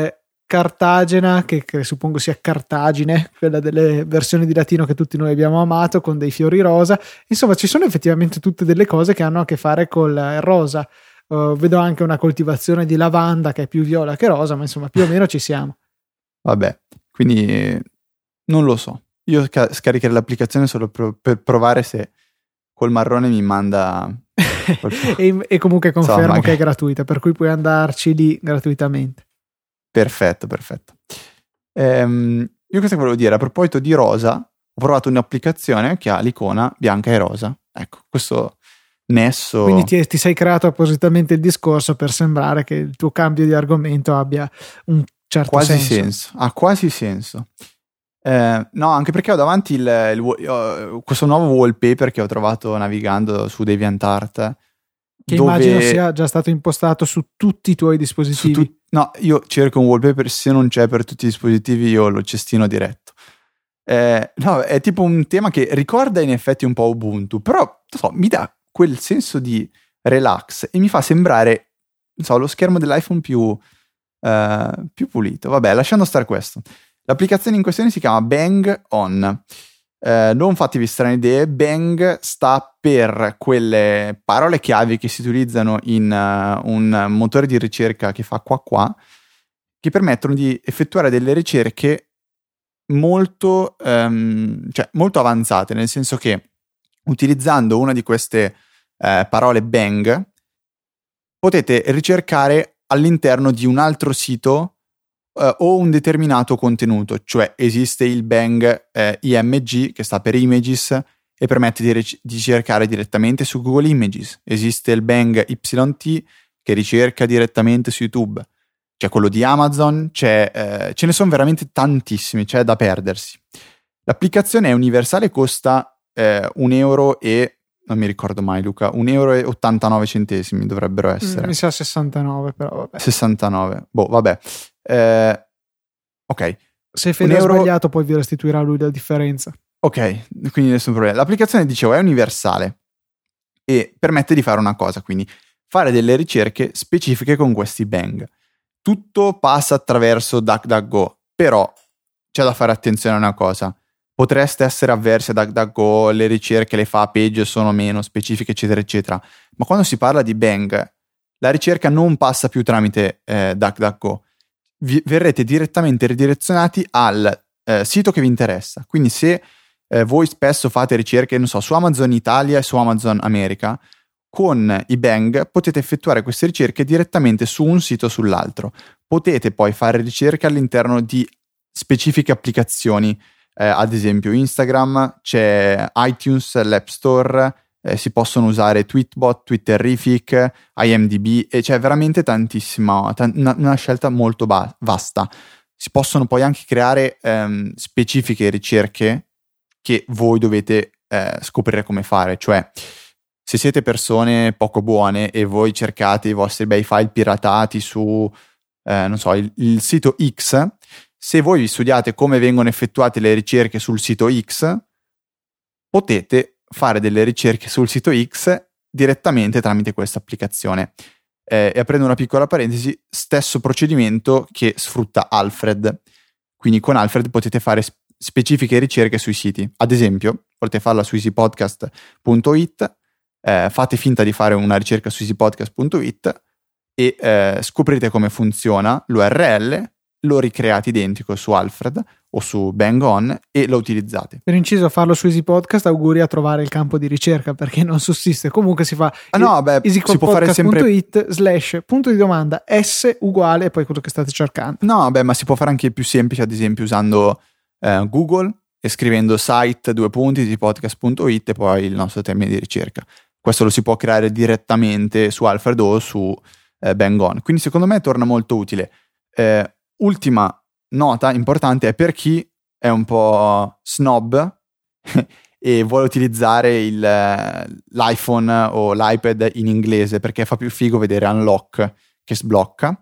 Cartagena, che suppongo sia Cartagine, quella delle versioni di latino che tutti noi abbiamo amato, con dei fiori rosa. Insomma, ci sono effettivamente tutte delle cose che hanno a che fare col rosa. Vedo anche una coltivazione di lavanda che è più viola che rosa, ma insomma più o meno ci siamo. Vabbè, quindi non lo so. Io scaricherò l'applicazione solo per provare se col marrone mi manda... e comunque confermo che è gratuita, per cui puoi andarci lì gratuitamente. Perfetto. Io cosa volevo dire? A proposito di rosa, ho provato un'applicazione che ha l'icona bianca e rosa. Ecco, questo nesso... Quindi ti sei creato appositamente il discorso per sembrare che il tuo cambio di argomento abbia un certo quasi senso. Ha quasi senso. No, anche perché ho davanti questo nuovo wallpaper che ho trovato navigando su DeviantArt, che immagino sia già stato impostato su tutti i tuoi dispositivi. No, io cerco un wallpaper, se non c'è per tutti i dispositivi io lo cestino diretto. No, è tipo un tema che ricorda in effetti un po' Ubuntu, però non so, mi dà quel senso di relax e mi fa sembrare, non so, lo schermo dell'iPhone più pulito. Vabbè, lasciando stare questo. L'applicazione in questione si chiama Bang On. Non fatevi strane idee, Bang sta per quelle parole chiave che si utilizzano in un motore di ricerca che fa qua, che permettono di effettuare delle ricerche molto avanzate, nel senso che utilizzando una di queste parole Bang potete ricercare all'interno di un altro sito o un determinato contenuto, cioè esiste il Bang IMG che sta per Images e permette di cercare direttamente su Google Images, esiste il Bang YT che ricerca direttamente su YouTube, c'è quello di Amazon, ce ne sono veramente tantissimi, c'è da perdersi. L'applicazione è universale, costa €1 e non mi ricordo mai, Luca, €1,89 dovrebbero essere. Mi sa 69, però vabbè. 69, vabbè. Ok. Se Fede ha sbagliato, poi vi restituirà lui la differenza. Ok, quindi nessun problema. L'applicazione, dicevo, è universale e permette di fare una cosa, quindi fare delle ricerche specifiche con questi Bang. Tutto passa attraverso DuckDuckGo, però c'è da fare attenzione a una cosa. Potreste essere avversi a DuckDuckGo, le ricerche le fa a page, sono meno specifiche, eccetera, eccetera. Ma quando si parla di Bang, la ricerca non passa più tramite DuckDuckGo. Verrete direttamente ridirezionati al sito che vi interessa. Quindi se voi spesso fate ricerche, non so, su Amazon Italia e su Amazon America, con i Bang potete effettuare queste ricerche direttamente su un sito o sull'altro. Potete poi fare ricerche all'interno di specifiche applicazioni, ad esempio Instagram, c'è iTunes, l'App Store, si possono usare Tweetbot, Twitterrific, IMDb e c'è veramente tantissima, una scelta molto vasta. Si possono poi anche creare specifiche ricerche che voi dovete scoprire come fare, cioè se siete persone poco buone e voi cercate i vostri bei file piratati su non so, il sito X, se voi studiate come vengono effettuate le ricerche sul sito X, potete fare delle ricerche sul sito X direttamente tramite questa applicazione. E aprendo una piccola parentesi, stesso procedimento che sfrutta Alfred. Quindi con Alfred potete fare specifiche ricerche sui siti. Ad esempio, potete farla su easypodcast.it, fate finta di fare una ricerca su easypodcast.it e scoprite come funziona l'URL, lo ricreate identico su Alfred o su Bang On e lo utilizzate. Per inciso, farlo su Easy Podcast, auguri a trovare il campo di ricerca perché non sussiste. Comunque si fa si può fare sempre /punto di domanda S uguale e poi quello che state cercando. No, ma si può fare anche più semplice, ad esempio usando Google e scrivendo site /easypodcast.it e poi il nostro termine di ricerca. Questo lo si può creare direttamente su Alfred o su Bang On. Quindi secondo me torna molto utile. Ultima nota importante è per chi è un po' snob e vuole utilizzare l'iPhone o l'iPad in inglese perché fa più figo vedere unlock che sblocca.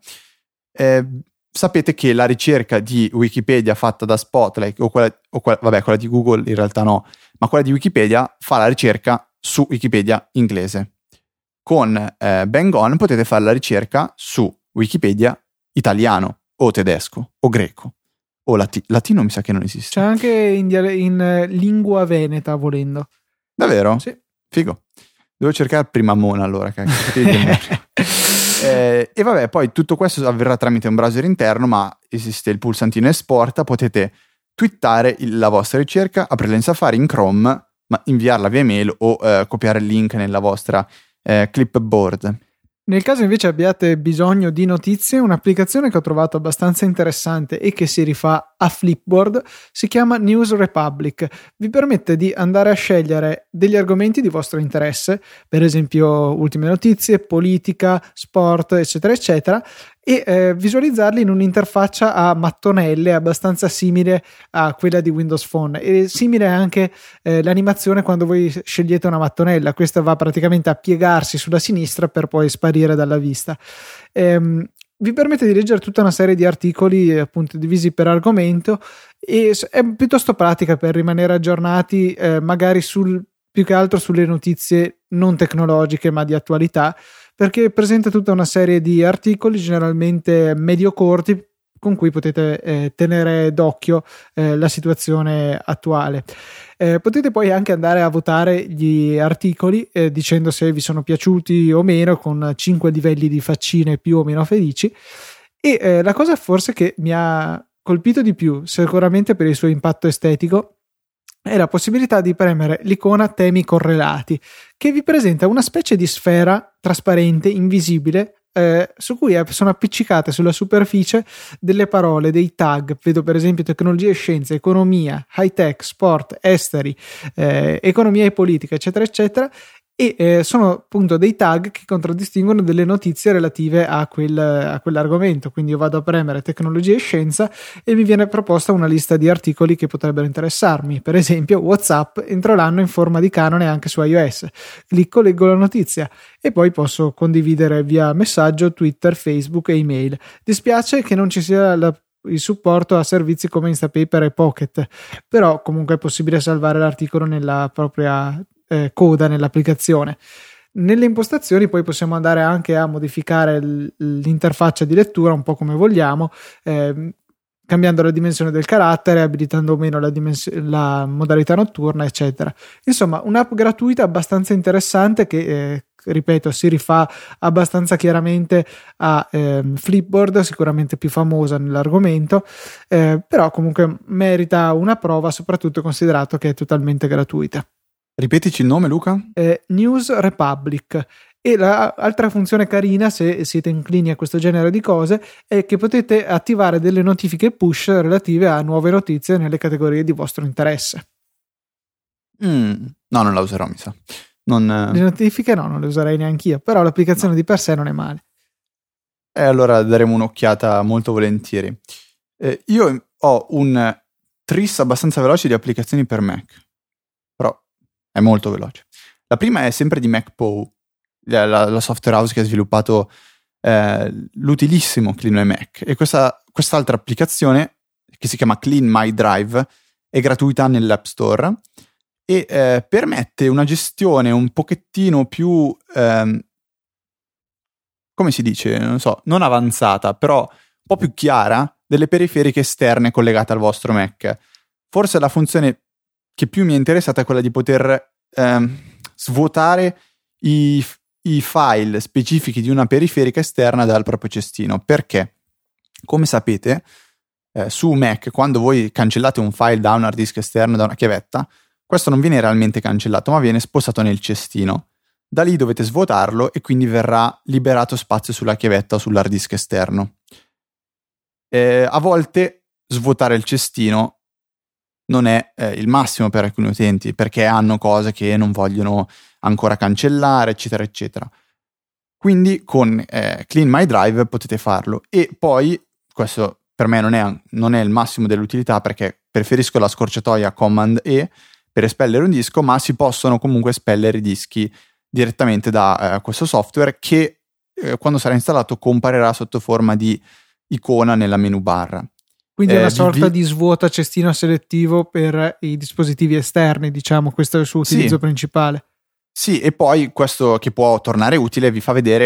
Sapete che la ricerca di Wikipedia fatta da Spotlight o quella di Google in realtà no, ma quella di Wikipedia fa la ricerca su Wikipedia inglese. Con Bang On potete fare la ricerca su Wikipedia italiano. o tedesco o greco o latino mi sa che non esiste. C'è anche in lingua veneta, volendo. Davvero? Sì. Figo. Devo cercare prima Mona allora. E vabbè, poi tutto questo avverrà tramite un browser interno, ma esiste il pulsantino esporta, potete twittare la vostra ricerca, aprirla in Safari, in Chrome, ma inviarla via email o copiare il link nella vostra clipboard. Nel caso invece abbiate bisogno di notizie, un'applicazione che ho trovato abbastanza interessante e che si rifà a Flipboard si chiama News Republic. Vi permette di andare a scegliere degli argomenti di vostro interesse, per esempio ultime notizie, politica, sport, eccetera, eccetera, e visualizzarli in un'interfaccia a mattonelle abbastanza simile a quella di Windows Phone, e simile anche l'animazione quando voi scegliete una mattonella. Questa va praticamente a piegarsi sulla sinistra per poi sparire dalla vista. Vi permette di leggere tutta una serie di articoli appunto divisi per argomento, e è piuttosto pratica per rimanere aggiornati magari più che altro sulle notizie non tecnologiche ma di attualità, perché presenta tutta una serie di articoli generalmente medio-corti con cui potete tenere d'occhio la situazione attuale. Potete poi anche andare a votare gli articoli dicendo se vi sono piaciuti o meno, con 5 livelli di faccine più o meno felici. E la cosa forse che mi ha colpito di più, sicuramente per il suo impatto estetico, è la possibilità di premere l'icona temi correlati, che vi presenta una specie di sfera trasparente, invisibile, su cui sono appiccicate sulla superficie delle parole, dei tag. Vedo per esempio tecnologia e scienze, economia, high tech, sport, esteri, economia e politica, eccetera, eccetera. E sono appunto dei tag che contraddistinguono delle notizie relative a quell'argomento. Quindi io vado a premere tecnologia e scienza e mi viene proposta una lista di articoli che potrebbero interessarmi. Per esempio WhatsApp entro l'anno in forma di canone anche su iOS. Clicco, leggo la notizia e poi posso condividere via messaggio, Twitter, Facebook e email. Dispiace che non ci sia il supporto a servizi come Instapaper e Pocket, però comunque è possibile salvare l'articolo nella propria coda nell'applicazione. Nelle impostazioni poi possiamo andare anche a modificare l'interfaccia di lettura un po' come vogliamo, cambiando la dimensione del carattere, abilitando o meno la modalità notturna, eccetera. Insomma, un'app gratuita abbastanza interessante che ripeto, si rifà abbastanza chiaramente a Flipboard, sicuramente più famosa nell'argomento, però comunque merita una prova, soprattutto considerato che è totalmente gratuita. Ripetici il nome, Luca? News Republic. E l'altra funzione carina, se siete inclini a questo genere di cose, è che potete attivare delle notifiche push relative a nuove notizie nelle categorie di vostro interesse. No, non la userò, mi sa. Le notifiche no, non le userei neanch'io, però l'applicazione di per sé non è male. Allora daremo un'occhiata molto volentieri. Io ho un tris abbastanza veloce di applicazioni per Mac, però è molto veloce. La prima è sempre di MacPo, la software house che ha sviluppato l'utilissimo CleanMyMac, e quest'altra applicazione che si chiama Clean My Drive è gratuita nell'App Store e permette una gestione un pochettino più come si dice, non so, non avanzata, però un po' più chiara delle periferiche esterne collegate al vostro Mac. Forse la funzione che più mi è interessata è quella di poter svuotare i file specifici di una periferica esterna dal proprio cestino, perché come sapete su Mac, quando voi cancellate un file da un hard disk esterno, da una chiavetta, questo non viene realmente cancellato ma viene spostato nel cestino. Da lì dovete svuotarlo e quindi verrà liberato spazio sulla chiavetta o sull'hard disk esterno. A volte svuotare il cestino non è il massimo per alcuni utenti, perché hanno cose che non vogliono ancora cancellare, eccetera, eccetera. Quindi con Clean My Drive potete farlo. E poi, questo per me non è il massimo dell'utilità, perché preferisco la scorciatoia Command E per espellere un disco, ma si possono comunque espellere i dischi direttamente da questo software che quando sarà installato comparirà sotto forma di icona nella menu bar. Quindi è una sorta di svuota cestino selettivo per i dispositivi esterni, diciamo, questo è il suo utilizzo principale. Sì, e poi questo che può tornare utile vi fa vedere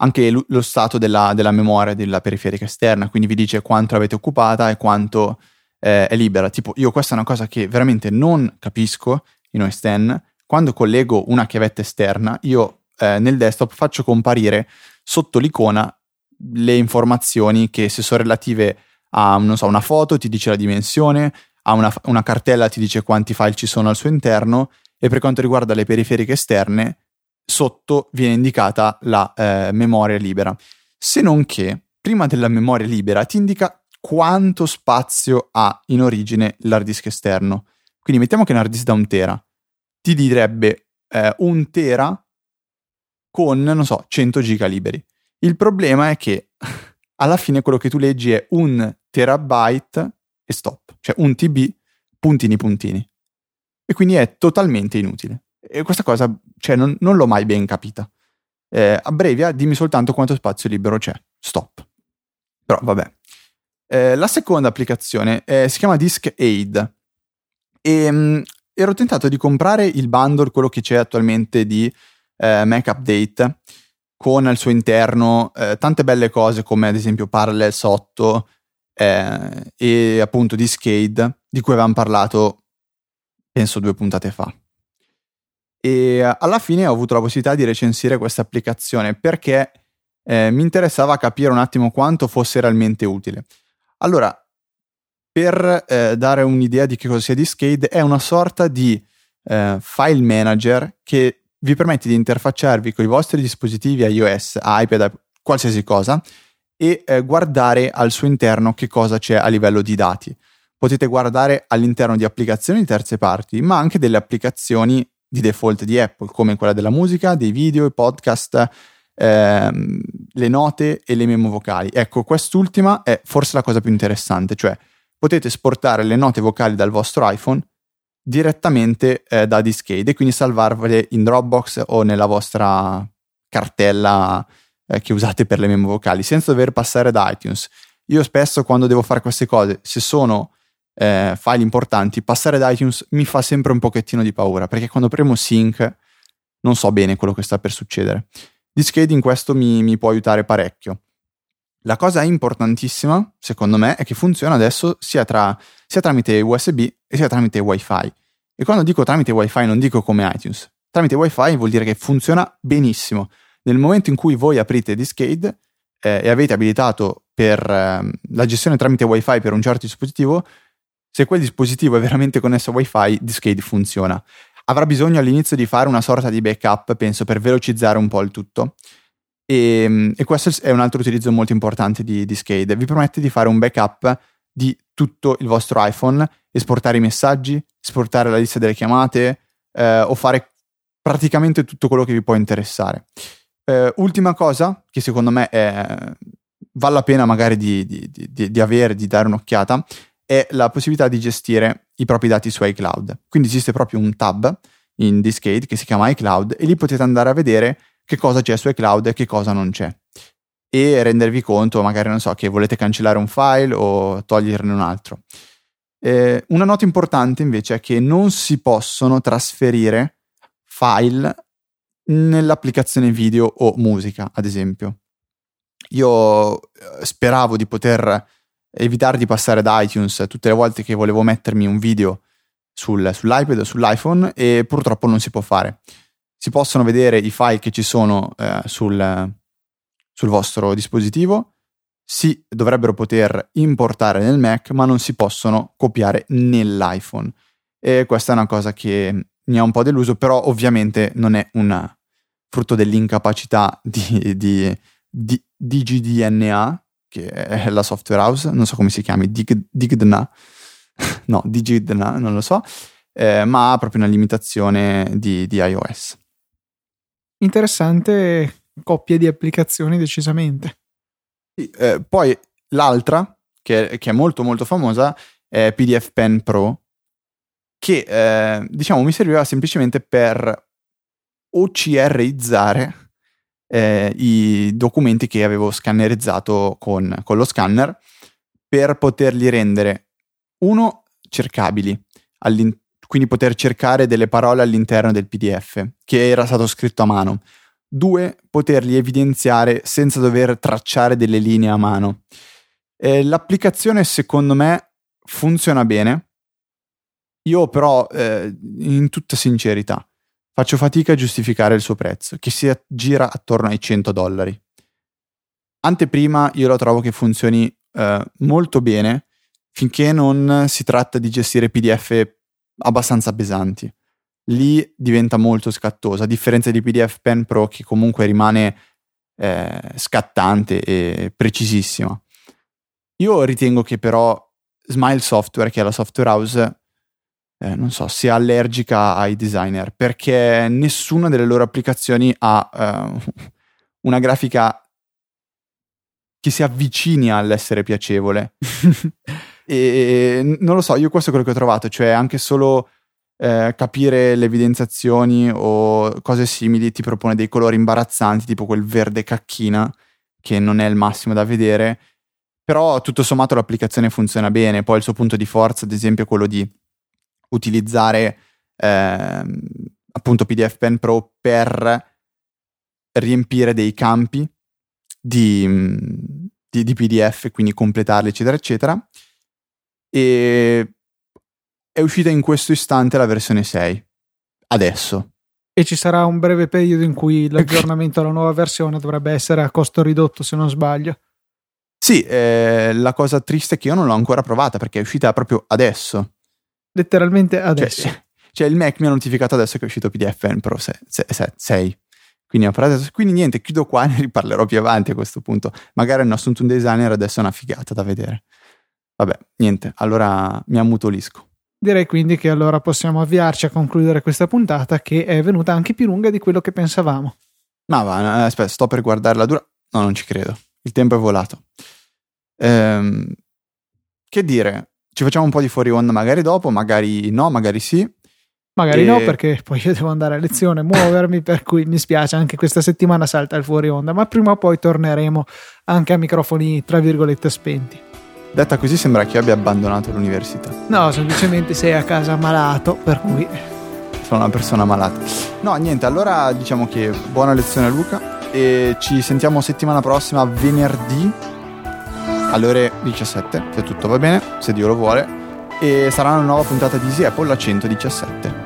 anche lo stato della memoria della periferica esterna, quindi vi dice quanto l'avete occupata e quanto è libera. Tipo, io questa è una cosa che veramente non capisco in OS X. Quando collego una chiavetta esterna, io nel desktop faccio comparire sotto l'icona le informazioni che, se sono relative a, non so, una foto ti dice la dimensione, a una cartella ti dice quanti file ci sono al suo interno, e per quanto riguarda le periferiche esterne sotto viene indicata la memoria libera. Se non che prima della memoria libera ti indica quanto spazio ha in origine l'hard disk esterno. Quindi mettiamo che un hard disk da 1 tera ti direbbe 1 tera con, non so, 100 giga liberi. Il problema è che alla fine quello che tu leggi è 1 terabyte e stop, cioè 1 TB puntini puntini, e quindi è totalmente inutile. E questa cosa, cioè, non l'ho mai ben capita. Abbrevia, dimmi soltanto quanto spazio libero c'è, stop. Però vabbè. La seconda applicazione si chiama Disk Aid, e ero tentato di comprare il bundle, quello che c'è attualmente di Mac Update, con al suo interno tante belle cose come ad esempio Parallels 8 e appunto Disk Aid, di cui avevamo parlato penso 2 puntate fa. E alla fine ho avuto la possibilità di recensire questa applicazione perché mi interessava capire un attimo quanto fosse realmente utile. Allora, per dare un'idea di che cosa sia Disk Aid, è una sorta di file manager che vi permette di interfacciarvi con i vostri dispositivi iOS, iPad, qualsiasi cosa, e guardare al suo interno che cosa c'è a livello di dati. Potete guardare all'interno di applicazioni di terze parti, ma anche delle applicazioni di default di Apple, come quella della musica, dei video, i podcast, le note e le memo vocali. Ecco, quest'ultima è forse la cosa più interessante, cioè potete esportare le note vocali dal vostro iPhone direttamente da Disk Aid e quindi salvarvele in Dropbox o nella vostra cartella che usate per le memo vocali, senza dover passare da iTunes. Io spesso, quando devo fare queste cose, se sono file importanti, passare da iTunes mi fa sempre un pochettino di paura, perché quando premo sync non so bene quello che sta per succedere. Disk Aid in questo mi può aiutare parecchio. La cosa importantissima, secondo me, è che funziona adesso sia tramite USB e sia tramite Wi-Fi. E quando dico tramite Wi-Fi non dico come iTunes. Tramite Wi-Fi vuol dire che funziona benissimo. Nel momento in cui voi aprite Disk Aid e avete abilitato per la gestione tramite Wi-Fi per un certo dispositivo, se quel dispositivo è veramente connesso a Wi-Fi, Disk Aid funziona. Avrà bisogno all'inizio di fare una sorta di backup, penso, per velocizzare un po' il tutto. E questo è un altro utilizzo molto importante di Disk Aid. Vi permette di fare un backup di tutto il vostro iPhone, esportare i messaggi, esportare la lista delle chiamate o fare praticamente tutto quello che vi può interessare. Ultima cosa che secondo me vale la pena magari di avere, di dare un'occhiata, è la possibilità di gestire i propri dati su iCloud. Quindi esiste proprio un tab in Disk Aid che si chiama iCloud e lì potete andare a vedere che cosa c'è su iCloud e che cosa non c'è, e rendervi conto, magari, non so, che volete cancellare un file o toglierne un altro. Una nota importante invece è che non si possono trasferire file nell'applicazione video o musica, ad esempio. Io speravo di poter evitare di passare da iTunes tutte le volte che volevo mettermi un video sull'iPad o sull'iPhone, e purtroppo non si può fare. Si possono vedere i file che ci sono sul vostro dispositivo, si dovrebbero poter importare nel Mac, ma non si possono copiare nell'iPhone. E questa è una cosa che mi ha un po' deluso, però ovviamente non è un frutto dell'incapacità di DigiDNA, che è la software house, non so come si chiami, DigiDNA, non lo so, ma ha proprio una limitazione di iOS. Interessante coppia di applicazioni, decisamente. Poi l'altra, che è molto molto famosa, è PDF Pen Pro, che diciamo mi serviva semplicemente per OCR-izzare i documenti che avevo scannerizzato con lo scanner, per poterli rendere, uno, cercabili, quindi poter cercare delle parole all'interno del PDF che era stato scritto a mano. 2, poterli evidenziare senza dover tracciare delle linee a mano. L'applicazione secondo me funziona bene. Io però, in tutta sincerità, faccio fatica a giustificare il suo prezzo, che si aggira attorno ai $100. Anteprima io lo trovo che funzioni molto bene finché non si tratta di gestire PDF abbastanza pesanti. Lì diventa molto scattosa, a differenza di PDF Pen Pro che comunque rimane scattante e precisissima. Io ritengo che però Smile Software, che è la software house, non so, sia allergica ai designer, perché nessuna delle loro applicazioni ha una grafica che si avvicini all'essere piacevole. E non lo so, io questo è quello che ho trovato, cioè anche solo capire le evidenziazioni o cose simili ti propone dei colori imbarazzanti, tipo quel verde cacchina, che non è il massimo da vedere, però tutto sommato l'applicazione funziona bene. Poi il suo punto di forza, ad esempio, è quello di utilizzare appunto PDF Pen Pro per riempire dei campi di PDF, quindi completarli eccetera eccetera. E è uscita in questo istante la versione 6 adesso, e ci sarà un breve periodo in cui l'aggiornamento alla nuova versione dovrebbe essere a costo ridotto, se non sbaglio. Sì, la cosa triste è che io non l'ho ancora provata perché è uscita proprio adesso, letteralmente adesso. Cioè il Mac mi ha notificato adesso che è uscito PDF Pen Pro 6. Quindi niente, chiudo qua e ne riparlerò più avanti a questo punto. Magari hanno assunto un designer, adesso è una figata da vedere. Vabbè, niente, allora mi ammutolisco. Direi quindi che allora possiamo avviarci a concludere questa puntata, che è venuta anche più lunga di quello che pensavamo. Ma va, aspetta, sto per guardare la dura... No, non ci credo. Il tempo è volato. Che dire? Ci facciamo un po' di fuori onda magari dopo, magari no, magari sì. Magari no, perché poi io devo andare a lezione, muovermi, per cui mi spiace, anche questa settimana salta il fuori onda, ma prima o poi torneremo anche a microfoni tra virgolette spenti. Detta così sembra che io abbia abbandonato l'università. No, semplicemente sei a casa malato, per cui... Sono una persona malata. No, niente, allora diciamo che buona lezione a Luca e ci sentiamo settimana prossima venerdì alle ore 17, se tutto va bene, se Dio lo vuole, e sarà una nuova puntata di Easy Apple, la 117.